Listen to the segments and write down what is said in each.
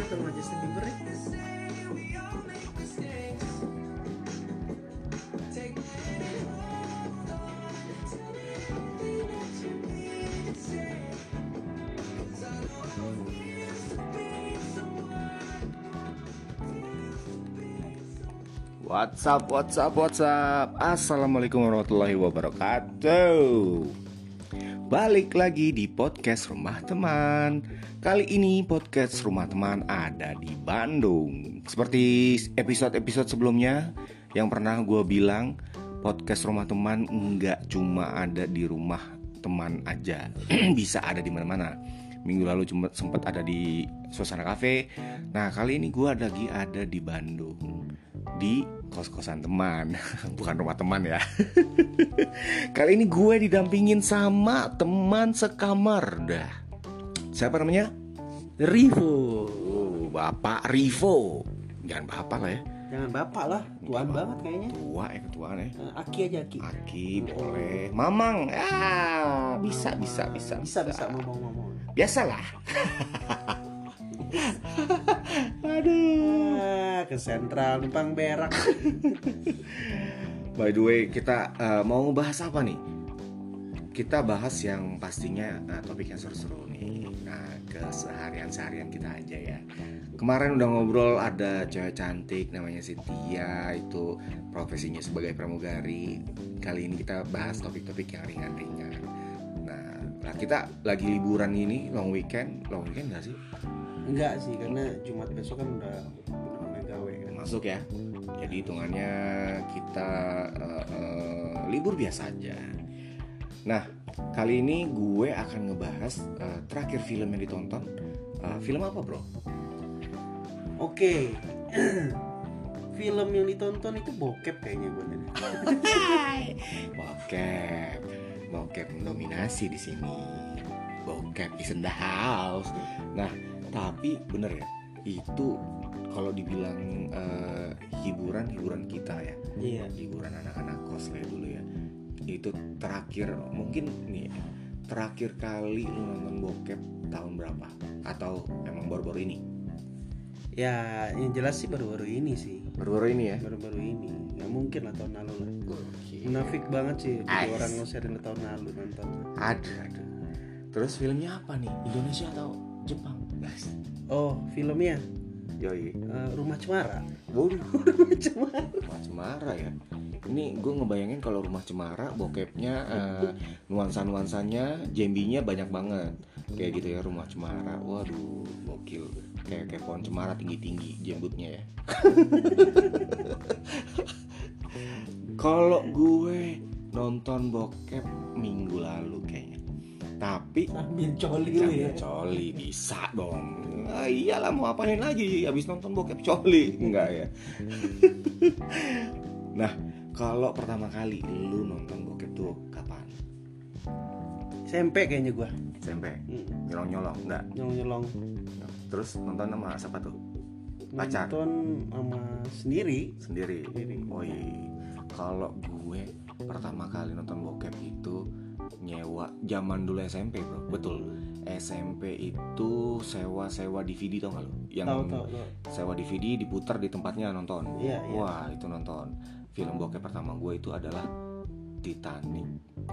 banget sama Justin Bieber nih. What's up. Assalamualaikum warahmatullahi wabarakatuh. Balik lagi di podcast Rumah Teman. Kali ini podcast Rumah Teman ada di Bandung. Seperti episode-episode sebelumnya yang pernah gue bilang, podcast Rumah Teman nggak cuma ada di rumah teman aja. Bisa ada di mana-mana. Minggu lalu cuma sempat ada di suasana kafe. Nah, kali ini gue lagi ada di Bandung, di kos-kosan teman. Bukan rumah teman ya. Kali ini gue didampingin sama teman sekamar dah. Siapa namanya? Rivo. Bapak Rivo. Jangan bapak lah ya. Jangan bapak lah, tuan banget kayaknya. Tua ya, ketuaan ya. Aki aja Aki. Aki boleh. Mamang. Bisa ngomong-ngomong. Biasalah. Aduh. Ke sentral numpang berak. By the way, kita mau ngebahas apa nih? Kita bahas yang pastinya topik yang seru-seru nih. Nah, keseharian-seharian kita aja ya. Kemarin udah ngobrol, ada cewek cantik namanya Cynthia, itu profesinya sebagai pramugari. Kali ini kita bahas topik-topik yang ringan-ringan. Nah, kita lagi liburan ini, long weekend gak sih? Enggak sih, karena Jumat besok kan udah gawe kan. Masuk ya. Jadi hitungannya kita libur biasa aja. Nah, kali ini gue akan ngebahas terakhir film yang ditonton. Film apa, bro? Oke. Film yang ditonton itu bokep kayaknya gue tadi. Bokep mendominasi di sini. Bokep is in the house. Nah, tapi bener ya, itu kalau dibilang hiburan kita ya. Iya. Hiburan anak-anak kos lah dulu ya. Itu terakhir mungkin nih, terakhir kali lu nonton bokep tahun berapa? Atau emang baru-baru ini? Ya, yang jelas sih baru-baru ini sih. Baru-baru ini ya? Baru-baru ini. Nggak mungkin lah tahun lalu lah. Okay. Munafik banget sih orang nge-share tahun lalu nonton. Aduh. Terus filmnya apa nih? Indonesia atau Jepang? Guys. Oh, filmnya Yoi. Rumah Cemara. Waduh. Rumah Cemara ya. Ini gue ngebayangin kalau Rumah Cemara bokepnya nuansa-nuansanya, jambinya banyak banget. Kayak gitu ya Rumah Cemara. Waduh, gokil. Kayak pohon cemara tinggi-tinggi jembutnya ya. Kalau gue nonton bokep minggu lalu kayaknya. Tapi sambil coli lu ya. Coli bisa dong. Iyalah, mau apain lagi habis nonton bokep coli? Enggak ya. Nah, kalau pertama kali lu nonton bokep tuh kapan? SMP kayaknya gua. SMP. Nyolong-nyolong enggak? Nyolong. Terus nonton sama siapa tuh? Pacar? Nonton sama sendiri. Oh iya. Kalau gue pertama kali nonton bokep itu nyewa zaman dulu SMP, bro. Betul. SMP itu sewa DVD, tau gak lo? Yang Tahu. sewa DVD diputar di tempatnya nonton. Iya. Wah, itu nonton. Film bokep pertama gue itu adalah Titanic.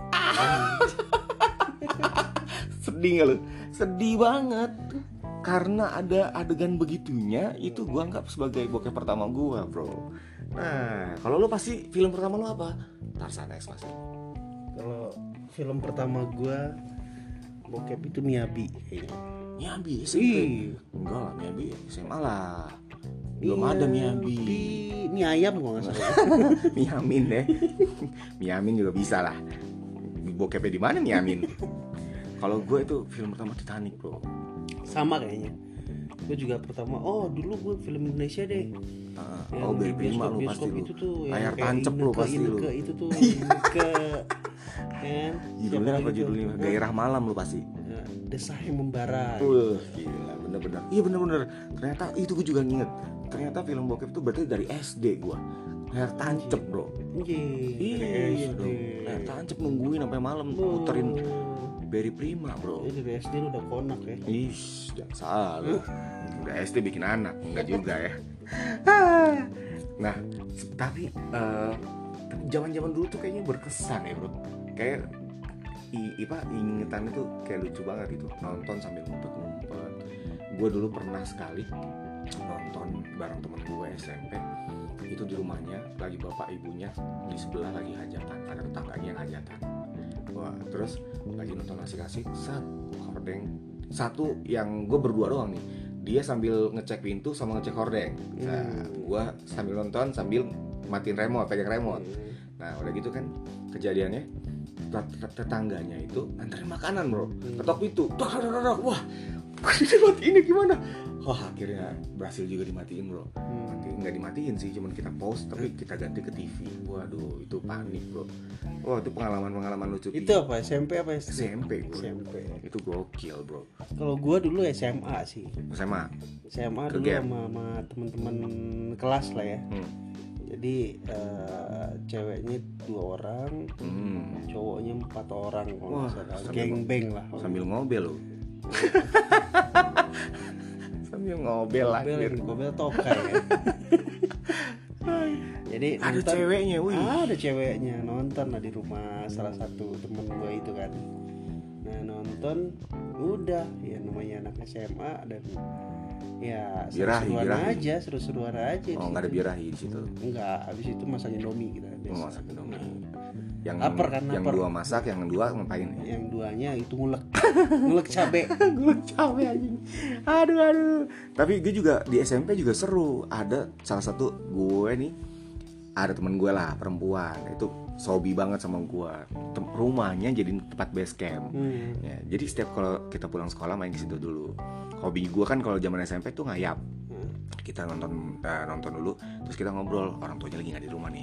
Sedih gak lo? Sedih banget. Karena ada adegan begitunya, itu gue anggap sebagai bokep pertama gue, bro. Nah, kalau lo pasti film pertama lo apa? Tarzan X pasti. Kalau film pertama gua bokep itu Miyabi kayaknya. Miyabi SMP? Enggak lah, Miyabi SMA lah. Belum ada Miyabi. Mie ayam gua nggak salah. Miyamin deh. Miyamin juga bisa lah. Bokepnya di mana Miyamin? Kalau gue itu film pertama Titanic, bro. Sama kayaknya. Gue juga pertama. Oh, dulu gue film Indonesia deh. Oh, Prima lu pasti lu. Itu tuh layar tancep lu pasti lu. Itu tuh ke kan. Judulnya apa judulnya? Gairah Malam lu pasti. Desah yang membara. Gila, bener-bener. Iya bener-bener. Ternyata itu gue juga nginget. Ternyata film bokep itu berarti dari SD gue. Layar tancep, bro. Iya. Layar tancep nungguin sampai malam puterin Berry Prima bro. Jadi dari SD lu udah konak ya. Ish, jangan salah lu. Udah SD bikin anak, enggak juga ya. Nah, tapi zaman-zaman dulu tuh kayaknya berkesan ya bro. Kayak ingetannya tuh kayak lucu banget gitu. Nonton sambil ngumpet-ngumpet. Gue dulu pernah sekali nonton bareng temen gue SMP. Itu di rumahnya lagi bapak ibunya, di sebelah lagi hajatan, ada tetangganya yang hajatan. Wah, terus lagi nonton asik-asik, hordeng satu yang gue berdua doang nih. Dia sambil ngecek pintu sama ngecek hordeng. Nah, gue sambil nonton sambil matiin remote, pegang remote. Nah, udah gitu kan kejadiannya tetangganya itu nganterin makanan bro, ketok pintu, wah, dimatiin gimana? Oh, akhirnya berhasil juga dimatiin bro. Nggak dimatiin sih, cuman kita pause tapi kita ganti ke TV. Waduh, itu panik bro. Wah, itu pengalaman lucu. Itu apa? SMP apa SD? SMP bro. SMP. Itu gokil bro. Kalau gua dulu SMA sih. SMA dulu sama teman-teman kelas lah ya. Jadi ceweknya 2 orang, cowoknya 4 orang. Wah, geng-beng lah. Sambil ngobel loh. Sambil ngobel lah. Ngobel tokai ya. Jadi ada nonton, ceweknya, ada ceweknya nonton lah di rumah salah satu temen gue itu kan. Nah nonton, udah ya namanya anak SMA dan ya seru-seruan aja. Oh nggak ada birahi di situ? Enggak, habis itu masak Indomie kita. Masak Indomie. Yang lapar kan? Yang dua masak, yang dua ngapain? Yang duanya itu ngulek cabe. Ngulek cabe anjing. Aduh. Tapi gue juga di SMP juga seru. Ada salah satu gue nih, ada temen gue lah perempuan, itu sobi banget sama gue. Rumahnya jadi tempat base camp. Ya, jadi setiap kalau kita pulang sekolah main di situ dulu. Hobi gue kan kalau zaman SMP tuh ngayap. Kita nonton dulu, terus kita ngobrol. Orang tuanya lagi nggak di rumah nih.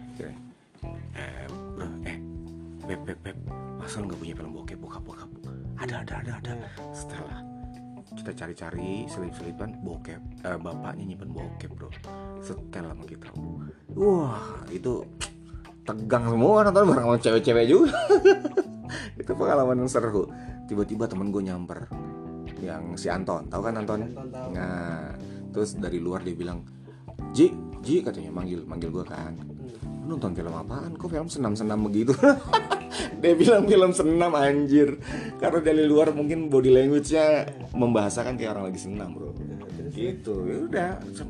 Bro, beb, masa lu nggak punya film bokep? Bokap. Ada. Setelah kita cari-cari selip-selipan bokep, bapaknya nyimpen bokep bro, setel sama kita. Wah, itu tegang semua nonton bareng sama cewek-cewek juga. Itu pengalaman yang seru. Tiba-tiba temen gue nyamper, yang si Anton, tahu kan Anton? Nah, terus dari luar dia bilang, Ji katanya, manggil gue kan. Nonton film apaan? Kok film senam-senam begitu? Dia bilang film senam anjir. Karena dari luar mungkin body language-nya membahasakan kayak orang lagi senam bro. Gitu. Ya udah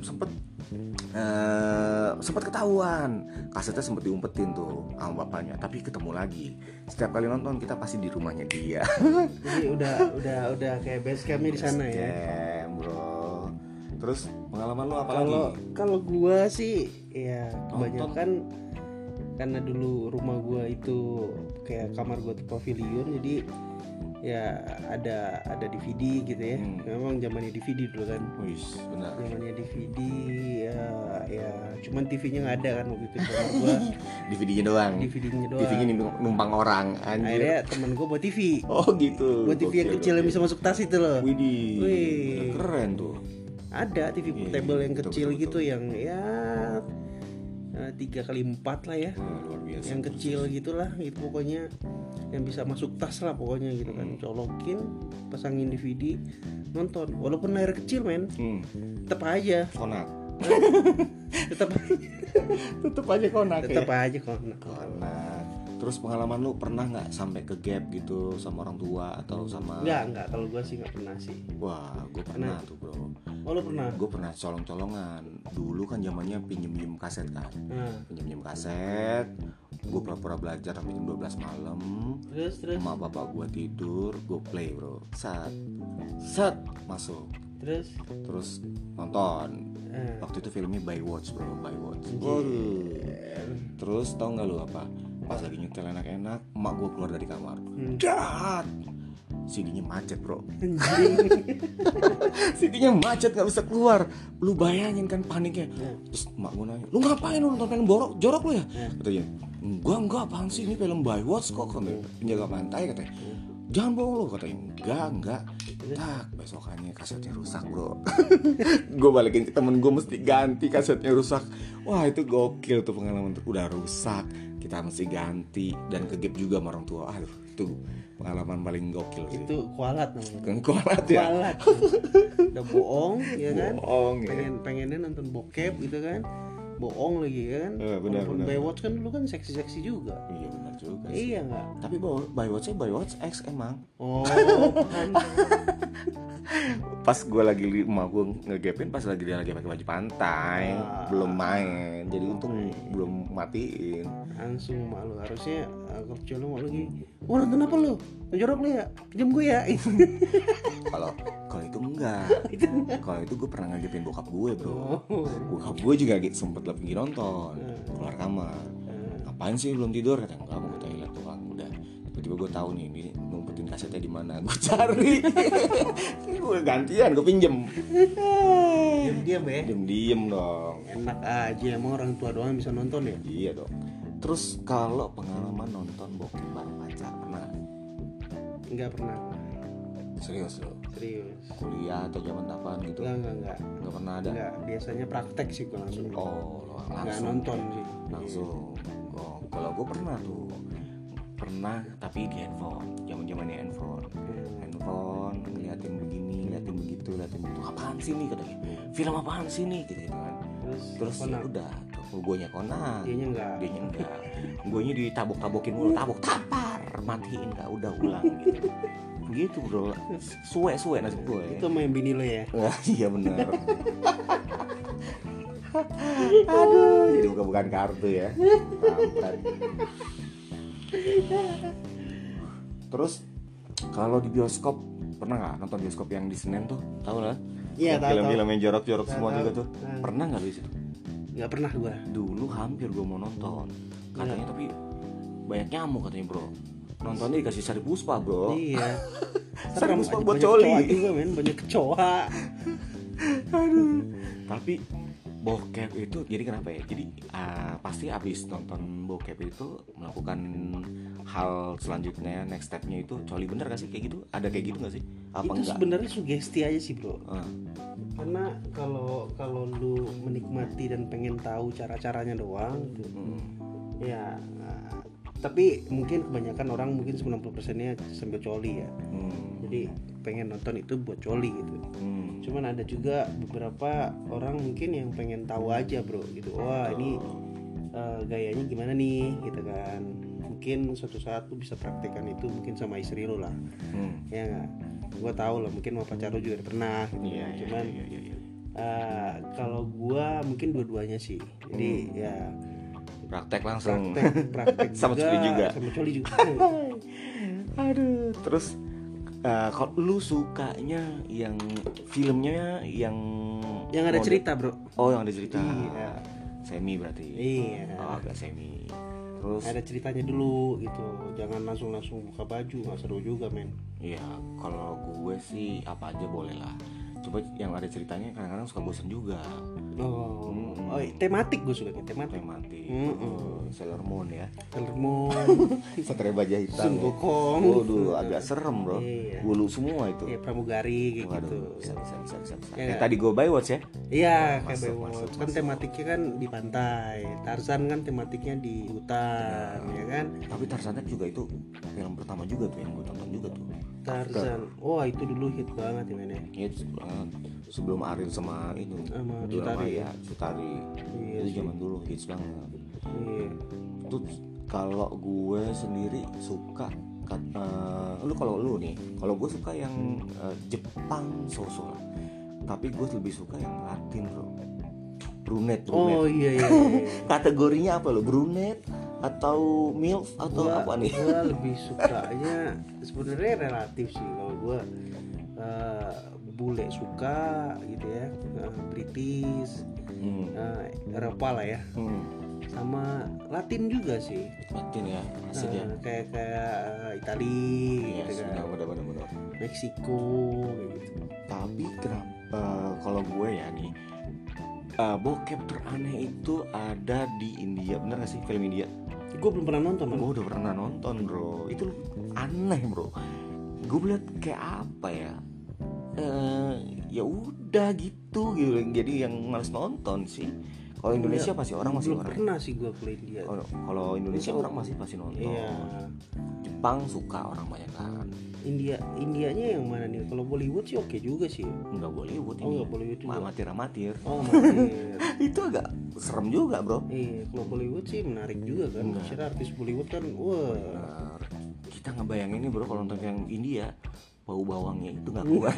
sempet ketahuan. Kasetnya sempet diumpetin tuh sama bapaknya. Tapi ketemu lagi. Setiap kali nonton kita pasti di rumahnya dia. Jadi udah kayak base camp-nya di sana ya. Camp, bro. Terus pengalaman lu apa lagi? Kalau gua sih ya kebanyakan karena dulu rumah gua itu kayak kamar gua tuh pavilion, jadi ya ada DVD gitu ya. Memang zamannya DVD dulu kan. Wis, benar. Zamannya DVD ya cuman TV-nya nggak ada kan waktu itu kamar gua. DVD-nya doang. TV-nya numpang orang anjir. Akhirnya temen gua buat TV. Oh gitu. Buat TV yang kecil yang bisa masuk tas itu loh. Widih. Keren tuh. Ada TV portable yang kecil gitu yang ya 3x4 lah ya. Luar biasa. Yang kecil gitulah gitu pokoknya, yang bisa masuk tas lah pokoknya gitu kan. Colokin, pasangin DVD, nonton. Walaupun layar kecil men, tetap aja konak. tetap aja konak. Tetap aja konak. Terus pengalaman lu pernah nggak sampai ke gap gitu sama orang tua atau sama? Nggak, kalau gue sih nggak pernah sih. Wah, gue pernah tuh bro. Oh lu pernah? Gue pernah colong-colongan. Dulu kan zamannya pinjem kaset kan. Pinjem kaset. Gue pura-pura belajar sampai jam 12 malam. Terus? Sama bapak gue tidur, gue play bro. Sat masuk. Terus nonton. Waktu itu filmnya Baywatch bro, Baywatch. Terus tau nggak lu apa? Pas lagi nyetel enak-enak, emak gue keluar dari kamar. Dat, CD-nya macet bro. CD-nya macet nggak bisa keluar. Lu bayangin kan paniknya. Terus emak gue nanya, lu ngapain lu nonton film jorok lu ya? Katanya, enggak apaan sih, ini film Baywatch kok. Penjaga pantai katanya. Jangan bohong lu, katanya. Enggak. Tak, besokannya kasetnya rusak bro. Gue balikin ke temen gue, mesti ganti kasetnya rusak. Wah itu gokil tuh pengalaman tuh. Udah rusak, kita mesti ganti dan kegep juga sama orang tua. Aduh, itu pengalaman paling gokil sih. Itu kualat namanya. Kualat ya. Kualat. Udah bohong ya kan. Bohong ya. Pengennya nonton bokep gitu kan. Bohong lagi ya kan. Benar. Baywatch kan dulu kan seksi-seksi juga. Iya benar juga sih. Iya enggak? Tapi Baywatch X emang. Oh, kan. Pas gue lagi emak gue ngegepin pas lagi dia lagi pakai baju pantai, belum main, jadi untung belum matiin. Langsung malu, harusnya kalau colo malu gini, nonton apa lu? Jorok lu ya? Pinjam gue ya? Kalau itu enggak. Kalau itu gue pernah ngegepin bokap gue bro. Bokap gue juga sempet lagi nonton, keluar kamar. Ngapain sih belum tidur? Kata enggak, mau ke toilet doang. Udah. Tiba-tiba gue tahu nih, ini ngumpetin kasetnya di mana. Gue cari. Gue gantian, gue pinjem. Diam-diam ya? Diam dong. Enak aja, emang orang tua doang bisa nonton ya? Iya dong. Terus kalau pengalaman nonton bokep bareng pacar pernah? Enggak pernah. Serius loh? Serius. Kuliah atau zaman apaan gitu? Enggak. Enggak pernah ada? Enggak, biasanya praktek sih gue langsung. Oh, langsung. Enggak nonton sih. Langsung. Oh, kalau gue pernah tuh. Pernah tapi di handphone. Zaman-zamannya handphone. Handphone ngeliatin begini, ngeliatin begitu. Apaan sih nih katanya? Film apaan sih nih gitu kan. Terus ya udah, guanya Conan. Dianya enggak. Guanya ditabok-tabokin mulu, tapar, matiin enggak, udah ulang gitu. Begitu bro, suwe nasib gue. Itu main bini lo ya? Iya benar. Aduh, jadi bukan kartu ya. Kampret. Terus kalau di bioskop pernah nggak nonton bioskop yang di Senen tuh? Tahu lah. Iya tahu. Film-film yang jorok-jorok semua juga tuh. Pernah nggak di situ? Nggak pernah gue. Dulu hampir gue mau nonton. Katanya tapi banyak nyamuk katanya bro. Nontonnya dikasih sari puspa bro. Iya. Sari puspa buat coli. Juga men, banyak kecoa. Aduh. Tapi bokep itu jadi kenapa ya? Jadi pasti abis nonton bokep itu melakukan hal selanjutnya, next stepnya itu coli, bener gak sih kayak gitu? Ada kayak gitu gak sih? Apa itu enggak? Sebenarnya sugesti aja sih bro. Karena kalau lu menikmati dan pengen tahu cara-caranya doang, ya. Tapi mungkin kebanyakan orang mungkin 90%-nya sambil coli ya. Jadi pengen nonton itu buat coli gitu. Cuman ada juga beberapa orang mungkin yang pengen tahu aja bro gitu. Wah ini gayanya gimana nih gitu kan. Mungkin suatu saat lu bisa praktekkan itu mungkin sama istri lu lah. Ya nggak? Gue tahu lah mungkin sama pacar lu juga pernah gitu. Cuman kalau gue mungkin dua-duanya sih. Jadi ya praktek langsung. Praktek sama coli juga. Aduh. Terus kalau lu sukanya yang filmnya yang ada cerita bro. Oh yang ada cerita. Iya. Semi berarti. Iya. Oh agak semi. Terus ada ceritanya dulu gitu. Jangan langsung buka baju, nggak seru juga men. Iya. Kalau gue sih apa aja boleh lah. Coba yang ada ceritanya kadang-kadang suka bosan juga. Oh, tematik gue suka tematik. Sailor Moon ya. Sailor Moon. Satria Baja Hitam. Sun Gokong. Waduh, agak serem bro. Iya. Bulu semua itu. Iya, pramugari kayak gitu. Bisa. Ya, Tadi gue Baywatch ya. Iya, kayak Baywatch. Kan tematiknya kan di pantai. Tarzan kan tematiknya di hutan, ya kan? Tapi Tarzan juga itu film pertama juga tuh yang gue tonton juga tuh. Tarzan. Wah, itu dulu hit banget ya men ya. Iya, sebelum Ariel sama itu. Sama Cutari ya. Cutari. Iya, itu zaman dulu hits banget. Iya. Itu kalau gue sendiri suka kalau gue suka yang Jepang so-so lah. Tapi gue lebih suka yang Latin bro. Brunette. Oh iya. Kategorinya apa lo? Brunette atau MILF atau apa nih? Gue lebih sukanya sebenarnya relatif sih. Kalau gue bule suka gitu ya, British, Eropa lah ya, sama Latin juga sih. Latin ya, asik ya. Kayak Itali, gitu kan. Benar. Meksiko, gitu. Tapi kenapa kalau gue ya nih, bokep teraneh itu ada di India, bener gak sih film India? Gue belum pernah nonton. Gue udah pernah nonton bro, itu aneh bro. Gue liat kayak apa ya? Ya udah gitu. Jadi yang males nonton sih. Kalau Indonesia pasti orang masih belum pernah sih gue ke India. Kalau Indonesia orang masih pasti nonton. Iya. Jepang suka orang banyak kan. Indianya yang mana nih? Kalau Bollywood sih oke juga sih. Enggak Bollywood ini. Enggak Bollywood juga. Amatir. Oh, amatir. Itu agak serem juga, bro. Iya, kalau Bollywood sih menarik juga kan. Maksudnya artis Bollywood kan, wah. Benar. Kita ngebayangin nih bro, kalau nonton yang India, bau bawangnya itu nggak kuat.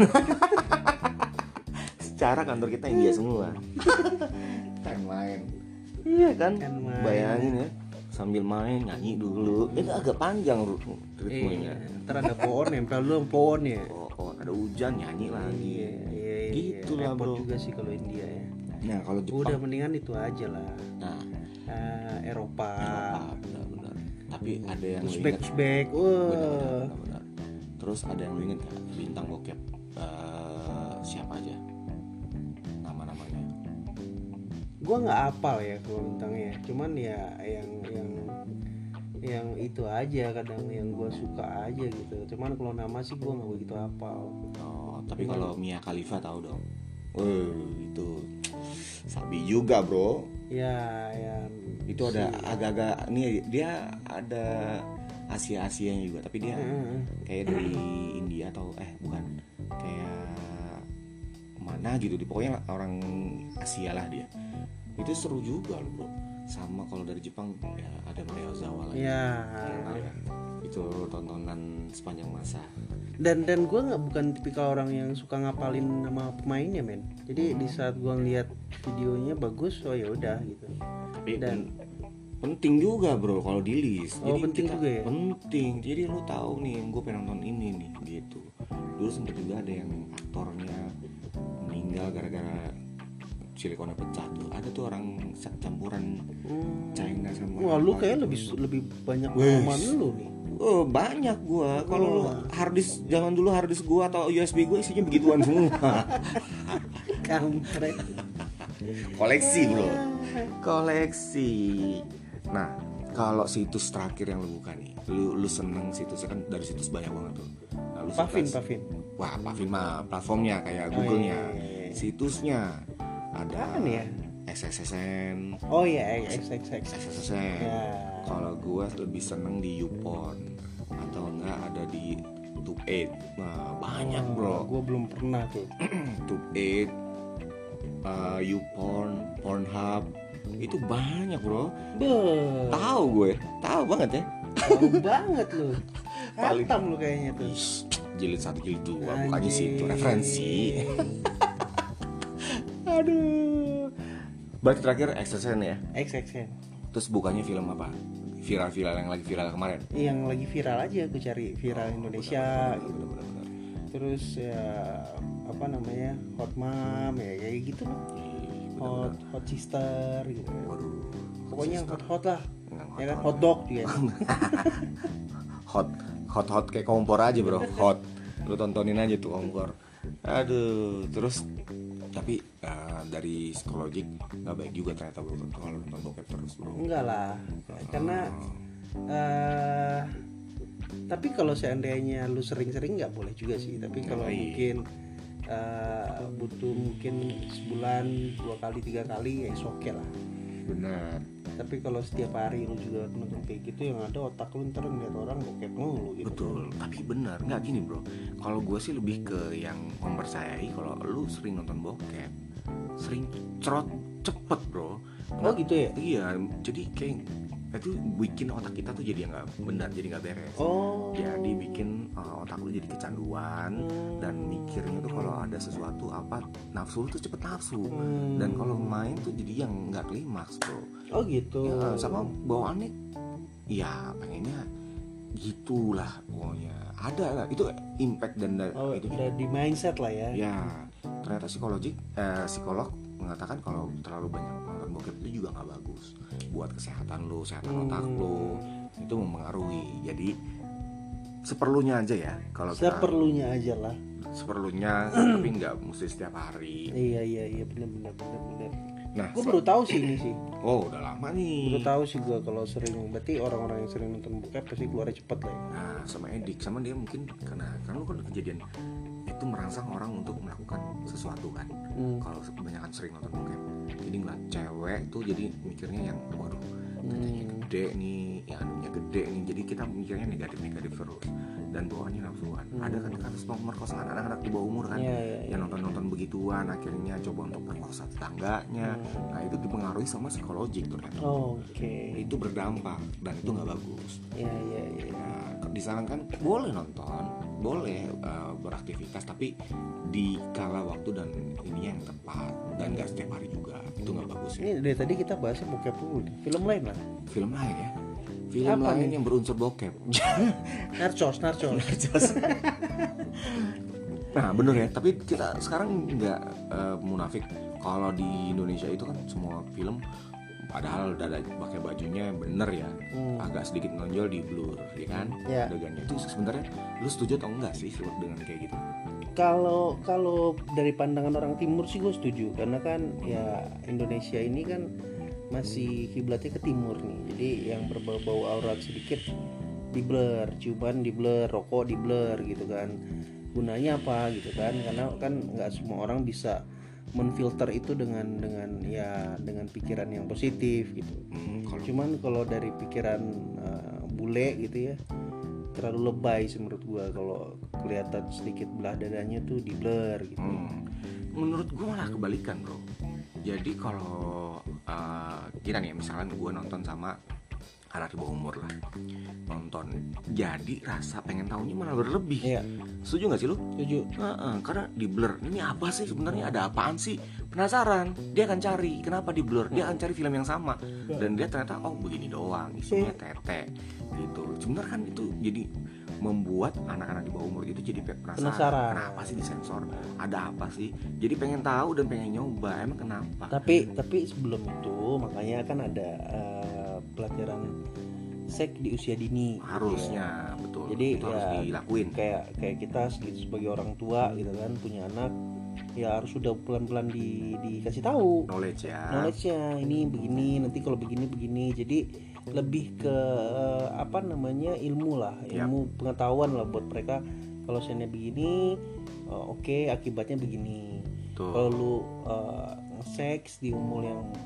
Secara kantor kita India semua. Kan main. Iya kan? Bayangin ya, sambil main nyanyi dulu. Itu agak panjang ritmenya. Ntar ada pohon nempel dulu pohon ya. Oh, ada hujan nyanyi lagi. Iya. Gitu lah bro. Juga sih kalau India ya. Nah kalau Jepang udah mendingan itu aja lah. Nah, Eropa. Benar. Tapi ada yang Uzbek. Benar. Terus ada yang lu inget gak? Bintang bokep siapa aja nama-namanya? Gua nggak hafal ya kalau bintangnya. Cuman ya yang itu aja kadang yang gua suka aja gitu. Cuman kalau nama sih gua nggak begitu hafal. Oh, tapi kalau Mia Khalifa tahu dong. Itu sabi juga bro. Ya. Itu ada agak-agak nih, dia ada Asia-Asianya juga, tapi dia kayak dari India atau bukan, kayak mana gitu, pokoknya orang Asia lah dia. Itu seru juga loh bro. Sama kalau dari Jepang ya ada Maria Ozawa lagi. Ya. Itu tontonan sepanjang masa. Dan gue bukan tipikal orang yang suka ngapalin nama pemainnya men. Jadi di saat gue ngeliat videonya bagus, oh ya udah gitu. Tapi penting juga bro kalau di list. Oh, jadi penting juga ya. Penting. Jadi lu tahu nih, gue pengen nonton ini nih gitu. Dulu sempet juga ada yang aktornya meninggal gara-gara silikonnya pecah tuh. Ada tuh orang campuran China sama. Wah lu kayak lebih banyak pengalaman lu nih. Oh banyak gua. Kalau harddisk zaman dulu, harddisk gua atau USB gua isinya begituan semua. Kampret. Koleksi bro. Koleksi. Nah kalau situs terakhir yang lu buka nih, lu seneng situsnya kan, dari situs banyak banget tuh. Nah, Pavin. Wah Pavin mah platformnya kayak Google-nya. Situsnya ada apa nih ya? SSSN. Oh iya, SSSN. Ya. Kalau gue lebih seneng di YouPorn atau enggak ada di Tube8. Nah, banyak bro. Gue belum pernah tuh. Tube8, YouPorn, Pornhub, itu banyak bro. Tahu gue, tahu banget ya. Tahu banget lu. Hatam lu kayaknya tuh. Jilid 1, jilid 2, bukannya situ referensi. Aduh. Berarti terakhir XXN ya? XXN. Terus bukannya film apa? Viral yang lagi viral kemarin? Yang lagi viral aja, aku cari viral Indonesia gitu. Bener. Terus ya apa namanya, Hot Mom ya kayak gitu lah. Hot Sister gitu. Waduh. Pokoknya yang hot lah. Ya kan, hot dog juga. hot kayak kompor aja bro. Hot. Lu tontonin aja tuh kompor. Aduh. Terus tapi dari psikologik nggak baik juga ternyata bro kalau nonton bokep terus bro. Enggak lah, karena tapi kalau seandainya lu sering-sering nggak boleh juga sih. Tapi kalau mungkin butuh mungkin sebulan 2 kali 3 kali ya oke lah. Benar. Tapi kalau setiap hari lu juga nonton kayak gitu, yang ada otak lu ntar ngeliat orang bokep mulu gitu. Betul, tapi benar nggak gini bro. Kalau gue sih lebih ke yang mempercayai kalau lu sering nonton bokep, sering cerot cepet bro. Oh gitu ya? Iya, jadi kayak itu bikin otak kita tuh jadi nggak benar, jadi nggak beres. Jadi bikin otak lu jadi kecanduan dan mikirnya tuh kalau ada sesuatu apa, nafsu lu tuh cepet nafsu. Dan kalau main tuh jadi yang nggak klimaks bro. Oh gitu. Ya, sama bawaannya ya pengennya gitulah pokoknya. Ada lah itu impact dan itu udah di mindset lah ya. Ya ternyata psikolog mengatakan kalau terlalu banyak nonton bokep itu juga nggak bagus buat kesehatan lu, kesehatan otak lu, itu mempengaruhi. Jadi seperlunya aja ya. Kalau seperlunya aja lah. Seperlunya tapi nggak mesti setiap hari. Iya benar. Nah, gue baru tahu sih ini sih. Oh, udah lama nih. Baru tahu sih gue kalau sering, berarti orang-orang yang sering nonton bokep pasti keluarnya cepet lah. Nah, sama edik, sama dia mungkin karena lu kan kejadian itu merangsang orang untuk melakukan sesuatu kan. Kalau kebanyakan sering nonton bokep, jadi misleading lah. Cewek tuh jadi mikirnya yang waduh katanya gede nih, ya anunya gede nih, jadi kita mikirnya negatif terus dan bawaannya nafsuan. Ada kan kasus pemerkosaan anak-anak di bawah umur kan, yang nonton begituan akhirnya coba untuk perkosa tetangganya. Nah itu dipengaruhi sama psikologik ternyata. Itu berdampak dan itu nggak bagus. Nah, disarankan boleh nonton, boleh beraktivitas, tapi di kala waktu dan ini yang tepat dan nggak setiap hari juga. Itu nggak bagus ya. Ini dari tadi kita bahasnya bokep dulu. Film lain lah. Film lain ya. Film apa lain nih? Yang berunsur bokep. Narcos. Nah bener ya. Tapi kita sekarang nggak munafik. Kalau di Indonesia itu kan semua film, padahal dada pakai bajunya bener ya, agak sedikit nonjol di blur, ya kan? Adegannya itu sebenarnya lu setuju atau enggak sih dengan kayak gitu? Kalau dari pandangan orang timur sih gue setuju, karena kan ya Indonesia ini kan masih kiblatnya ke timur nih, jadi yang berbau-bau aurat sedikit di blur, ciuman di blur, rokok di blur gitu kan. Gunanya apa gitu kan? Karena kan nggak semua orang bisa menfilter itu dengan pikiran yang positif gitu. Cuman kalau dari pikiran bule gitu ya, terlalu lebay sih menurut gue kalau kelihatan sedikit belah dadanya tuh di blur gitu. Menurut gue malah kebalikan bro. Jadi kalau kita nih misalkan gue nonton sama anak di bawah umur lah, nonton jadi rasa pengen tahunya malah berlebih. Setuju nggak sih lu? Setuju. Karena di blur ini apa sih sebenarnya, ada apaan sih, penasaran, dia akan cari kenapa di blur, dia akan cari film yang sama dan dia ternyata oh begini doang isinya tete gitu. Sebenarnya kan itu jadi membuat anak-anak di bawah umur itu jadi penasaran. Kenapa sih disensor, ada apa sih, jadi pengen tahu dan pengen nyoba emang kenapa. Tapi sebelum itu makanya kan ada pelajaran seks di usia dini harusnya ya. Betul, jadi itu harus dilakuin. Kayak kita sebagai orang tua gitu kan, punya anak ya harus sudah pelan-pelan dikasih tahu knowledge-nya ini begini, nanti kalau begini. Jadi lebih ke ilmu pengetahuan lah buat mereka. Kalau seandainya begini akibatnya begini. Kalau lu seks di umur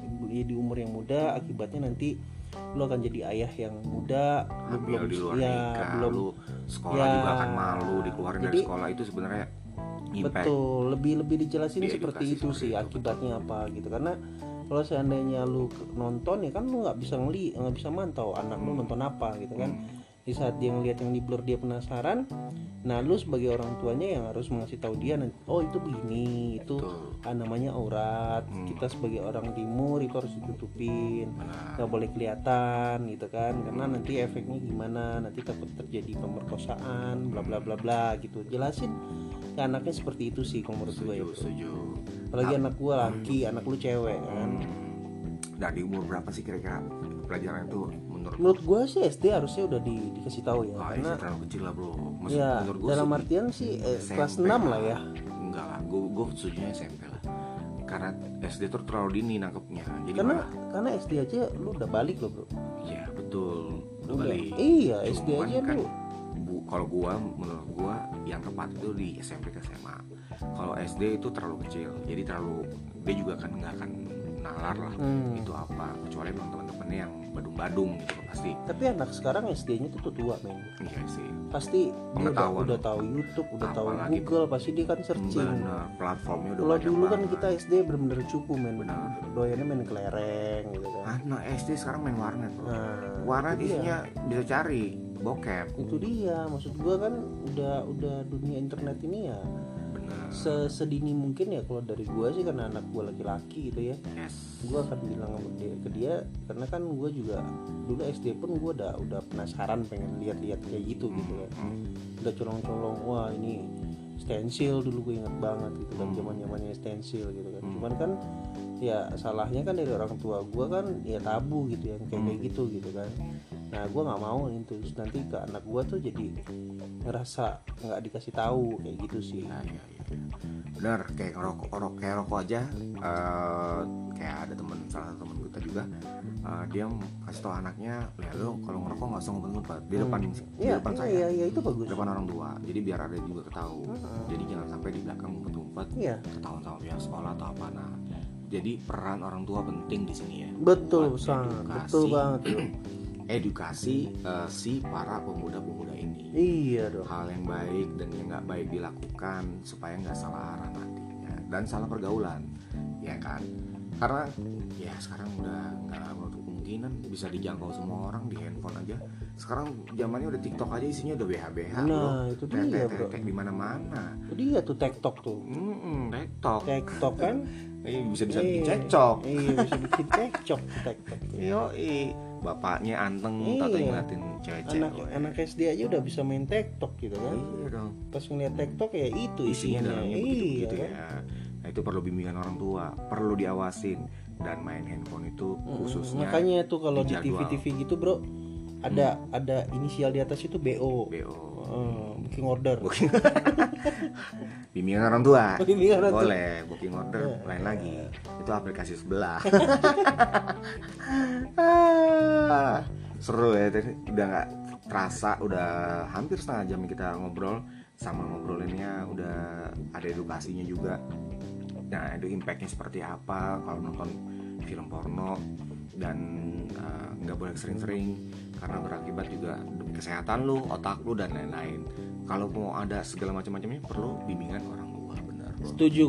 yang muda, akibatnya nanti lu akan jadi ayah yang muda, hamil di luar nikah, lu sekolah juga akan malu, dikeluarin dari sekolah. Itu sebenarnya impact. Betul, lebih dijelasin seperti itu sih akibatnya apa gitu. Karena kalau seandainya lu nonton ya kan lu nggak bisa mantau anak lu nonton apa gitu kan. Di saat dia ngeliat yang di blur dia penasaran, nah lu sebagai orang tuanya yang harus mengasih tahu dia, oh itu begini, itu namanya aurat. Kita sebagai orang timur itu harus ditutupin, nggak boleh kelihatan gitu kan, karena nanti efeknya gimana, nanti takut terjadi pemerkosaan, bla bla bla bla gitu. Jelasin ke anaknya seperti itu sih kalau menurut gue ya. Apalagi anak gue laki, anak lu cewek kan. Nah di umur berapa sih kira-kira pelajaran itu menurut gue sih SD harusnya udah dikasih tahu ya, karena terlalu kecil lah bro. Menurut gue dalam artian sih kelas 6 lah ya. Enggak lah, gue setuju SMP lah, karena SD tuh terlalu dini nangkepnya. Jadi karena SD aja lu udah balik loh bro. Iya betul, udah balik. Iya SD aja kan, lu. Kalau menurut gue yang tepat itu di SMP ke SMA. Kalau SD itu terlalu kecil, jadi dia juga kan nggak akan nalar lah itu apa, kecuali memang teman-temannya yang badung-badung gitu pasti. Tapi anak sekarang SD-nya tuh tua men. Iya sih. Pasti dia udah tahu YouTube, udah tahu Google, pasti dia kan searching. Bener, platformnya udah banyak. Kalau dulu kan banget. Kita SD bener-bener cupu men. Doyannya main kelereng gitu kan. Nah SD sekarang main warnet bro. Warnet isinya bisa cari bokep. Itu dia, maksud gua kan udah dunia internet ini ya sedini mungkin ya. Kalau dari gue sih karena anak gue laki-laki gitu ya, gue akan bilang ke dia karena kan gue juga dulu SD pun gue udah penasaran pengen lihat-lihat kayak gitu gitu kan. Udah colong-colong, wah ini stensil dulu gue ingat banget gitu kan, zaman-zamannya stensil gitu kan. Cuman kan ya salahnya kan dari orang tua gue kan ya tabu gitu yang kayak gitu kan. Nah gue nggak mau itu nanti ke anak gue tuh jadi ngerasa nggak dikasih tahu kayak gitu sih. Benar, kayak rokok aja. Kayak ada salah satu teman kita juga, dia kasih tahu anaknya, ya lo kalau ngerokok nggak usah ngumpet-ngumpet di depan saya. Iya itu bagus. Di depan orang tua, jadi biar ada juga ketahui. Jadi jangan sampai di belakang ngumpet-ngumpet, ketahuan sama pihak sekolah atau apa. Nah Jadi peran orang tua penting di sini ya. Betul sangat, betul banget. Edukasi si para pemuda-pemuda ini. Iya dong. Hal yang baik dan yang nggak baik dilakukan supaya nggak salah arah nantinya dan salah pergaulan, ya kan? Karena ya sekarang udah nggak menutup kemungkinan bisa dijangkau semua orang di handphone aja. Sekarang zamannya udah TikTok aja isinya udah BH-BH. Nah itu dia bro. Di mana-mana. Itu dia tuh TikTok tuh. TikTok kan. Bisa bikin cekcok. Iya bisa bikin cekcok TikTok. Yoi. Bapaknya anteng tak ngeliatin cewek-cewek. Anak SD aja udah bisa main TikTok gitu kan. Iya dong. Pas ngeliat TikTok ya itu isinya dalamnya begitu kan? ya. Nah itu perlu bimbingan orang tua, perlu diawasin. Dan main handphone itu khususnya. Makanya tuh kalau di TV-TV gitu bro, ada inisial di atas itu BO. Booking order. Bimbingan orang tua. Boleh booking order lain lagi. Itu aplikasi sebelah. Seru ya, udah nggak terasa, udah hampir setengah jam kita ngobrol. Sama ngobrolinnya udah ada edukasinya juga. Nah itu impactnya seperti apa kalau nonton film porno. Dan nggak boleh sering-sering karena berakibat juga demi kesehatan lu, otak lu dan lain-lain. Kalau mau ada segala macam-macamnya perlu bimbingan orang tua, benar. Setuju.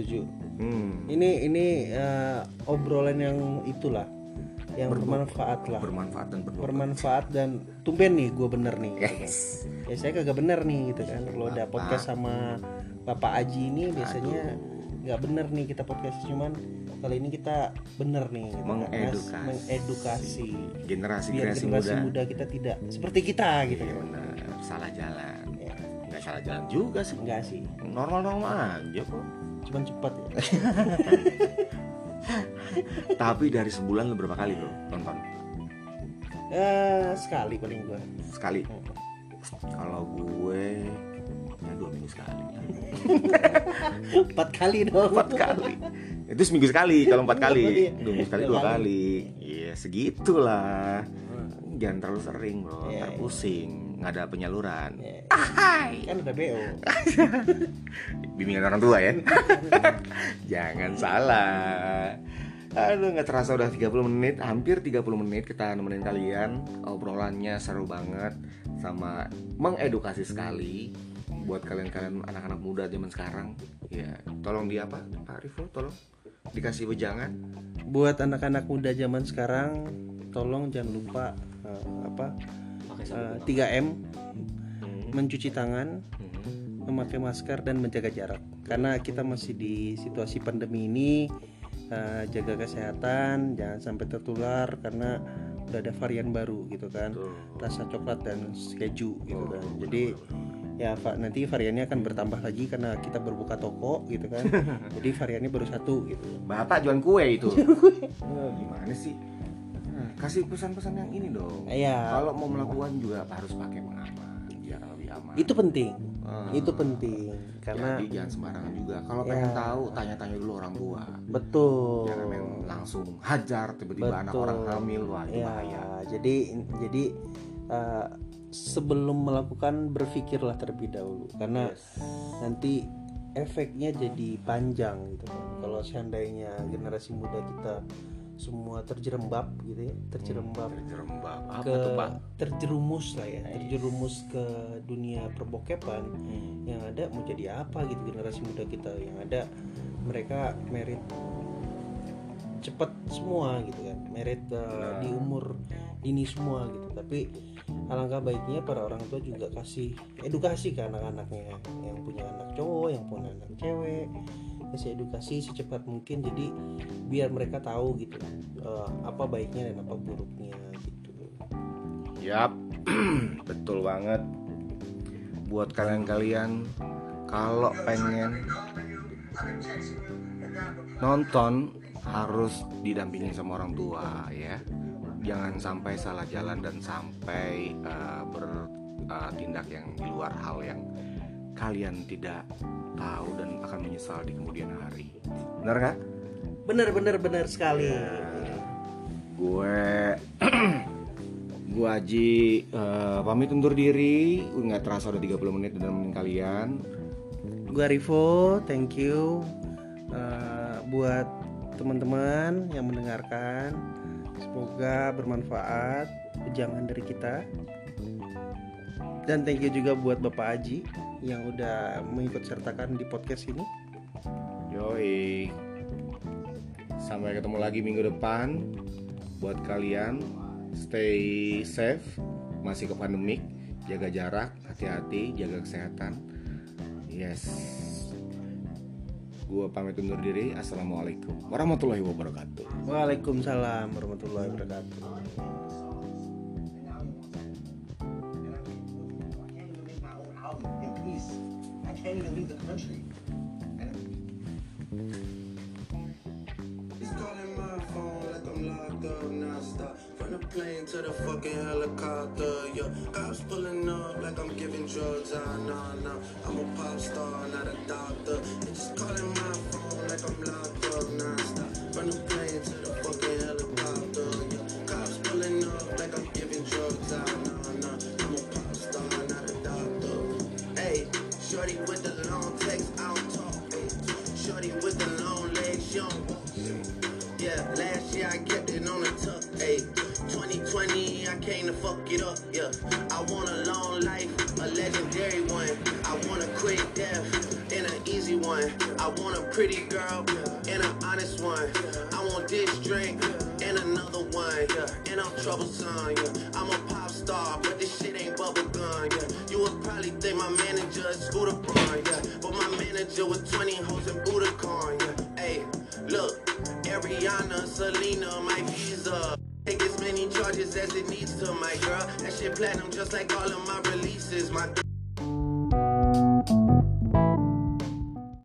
Ini obrolan yang itulah yang bermanfaat lah. Bermanfaat dan tumben nih gue bener nih. Yes. Ya saya kagak bener nih gitu kan. Kalau udah podcast sama Bapak Aji ini biasanya nggak bener nih kita podcast, cuman kali ini kita bener nih gitu, mengedukasi generasi muda kita tidak seperti kita gitu. Iya benar, salah jalan. Ya. Nggak salah jalan juga sih. Enggak sih. Normal aja kok. Cuman cepat ya. Tapi dari sebulan lu berapa kali bro tonton? Sekali paling gue. Sekali. Kalau gue ya 2 minggu sekali. 4 kali dong. 4 kali. Itu seminggu sekali kalau 4 kali. 2 minggu sekali 2 kali. Iya segitulah. Jangan terlalu sering bro, ntar pusing, nggak ada penyaluran. Kan udah BO. Bimbingan orang tua ya. Jangan salah. Aduh nggak terasa udah 30 menit, hampir 30 menit kita nemenin kalian. Obrolannya seru banget, sama mengedukasi sekali buat kalian anak-anak muda zaman sekarang. Ya, tolong Pak Rifo, tolong dikasih wejangan. Buat anak-anak muda zaman sekarang, tolong jangan lupa 3M, mencuci tangan, memakai masker dan menjaga jarak. Karena kita masih di situasi pandemi ini, jaga kesehatan, jangan sampai tertular karena udah ada varian baru gitu kan, rasa coklat dan keju gitu kan. Jadi ya nanti variannya akan bertambah lagi karena kita berbuka toko gitu kan. Jadi variannya baru 1 gitu. Bapak jualan kue itu. Gimana sih? Kasih pesan-pesan yang ini dong. Iya. Kalau mau melakukan juga harus pakai pengaman biar lebih aman. Itu penting. Itu penting karena jadi jangan sembarangan juga. Kalau pengen tahu tanya-tanya dulu orang tua. Betul. Jangan main langsung hajar tiba-tiba anak orang hamil, wah itu bahaya. Jadi sebelum melakukan berpikirlah terlebih dahulu karena nanti efeknya jadi panjang gitu kan. Kalau seandainya generasi muda kita semua terjerembab gitu ya, terjerembab apa ke tuh, Pak? terjerumus ke dunia perbokepan, yang ada mau jadi apa gitu generasi muda kita, yang ada mereka merit cepat semua gitu kan, merit di umur dini semua gitu. Tapi alangkah baiknya para orang tua juga kasih edukasi ke anak-anaknya, yang punya anak cowok, yang punya anak cewek, kasih edukasi secepat mungkin, jadi biar mereka tahu gitu apa baiknya dan apa buruknya gitu. Yap, betul banget. Buat kalian-kalian kalau pengen nonton harus didampingin sama orang tua ya. Jangan sampai salah jalan dan sampai bertindak yang di luar hal yang kalian tidak tahu dan akan menyesal di kemudian hari. Benar gak? Benar sekali. Gue Aji pamit undur diri. Nggak terasa udah 30 menit udah nemenin kalian. Gue Rifo, thank you buat teman-teman yang mendengarkan. Semoga bermanfaat jangan dari kita. Dan thank you juga buat Bapak Aji yang udah mengikut sertakan di podcast ini. Yoi. Sampai ketemu lagi minggu depan. Buat kalian, stay safe, masih ke pandemik, jaga jarak, hati-hati, jaga kesehatan. Yes. Gua pamit undur diri. Assalamualaikum warahmatullahi wabarakatuh. Waalaikumsalam warahmatullahi wabarakatuh. Can't even leave the country. He's calling my phone like I'm locked up nonstop. From the plane to the fucking helicopter, yeah. Cops pulling up like I'm giving drugs. Nah. I'm a pop star, not a doctor. They just calling my phone like I'm locked up nonstop. From the plane to the fucking helicopter, yeah. Cops pulling up like I'm giving drugs. Nah. I'm a pop star, not a doctor. Hey. Shorty with the long text, I don't talk. Shorty with the long legs, she don't walk. Yeah, last year I kept it on the tuck. 2020, I came to fuck it up. Yeah, I want a long life, a legendary one. I want a quick death and an easy one. I want a pretty girl and an honest one. I want this drink and another one. Yeah, and I'm troublesome. Yeah, I'm a pop star, but this shit ain't bubble gum. Yeah, you would probably think my manager is Scooter Braun. Yeah, but my manager was 20 hoes in Budokan. Yeah, hey, look, Ariana, Selena, my visa. Take as many charges as it needs to, my girl. That shit platinum just like all of my releases, my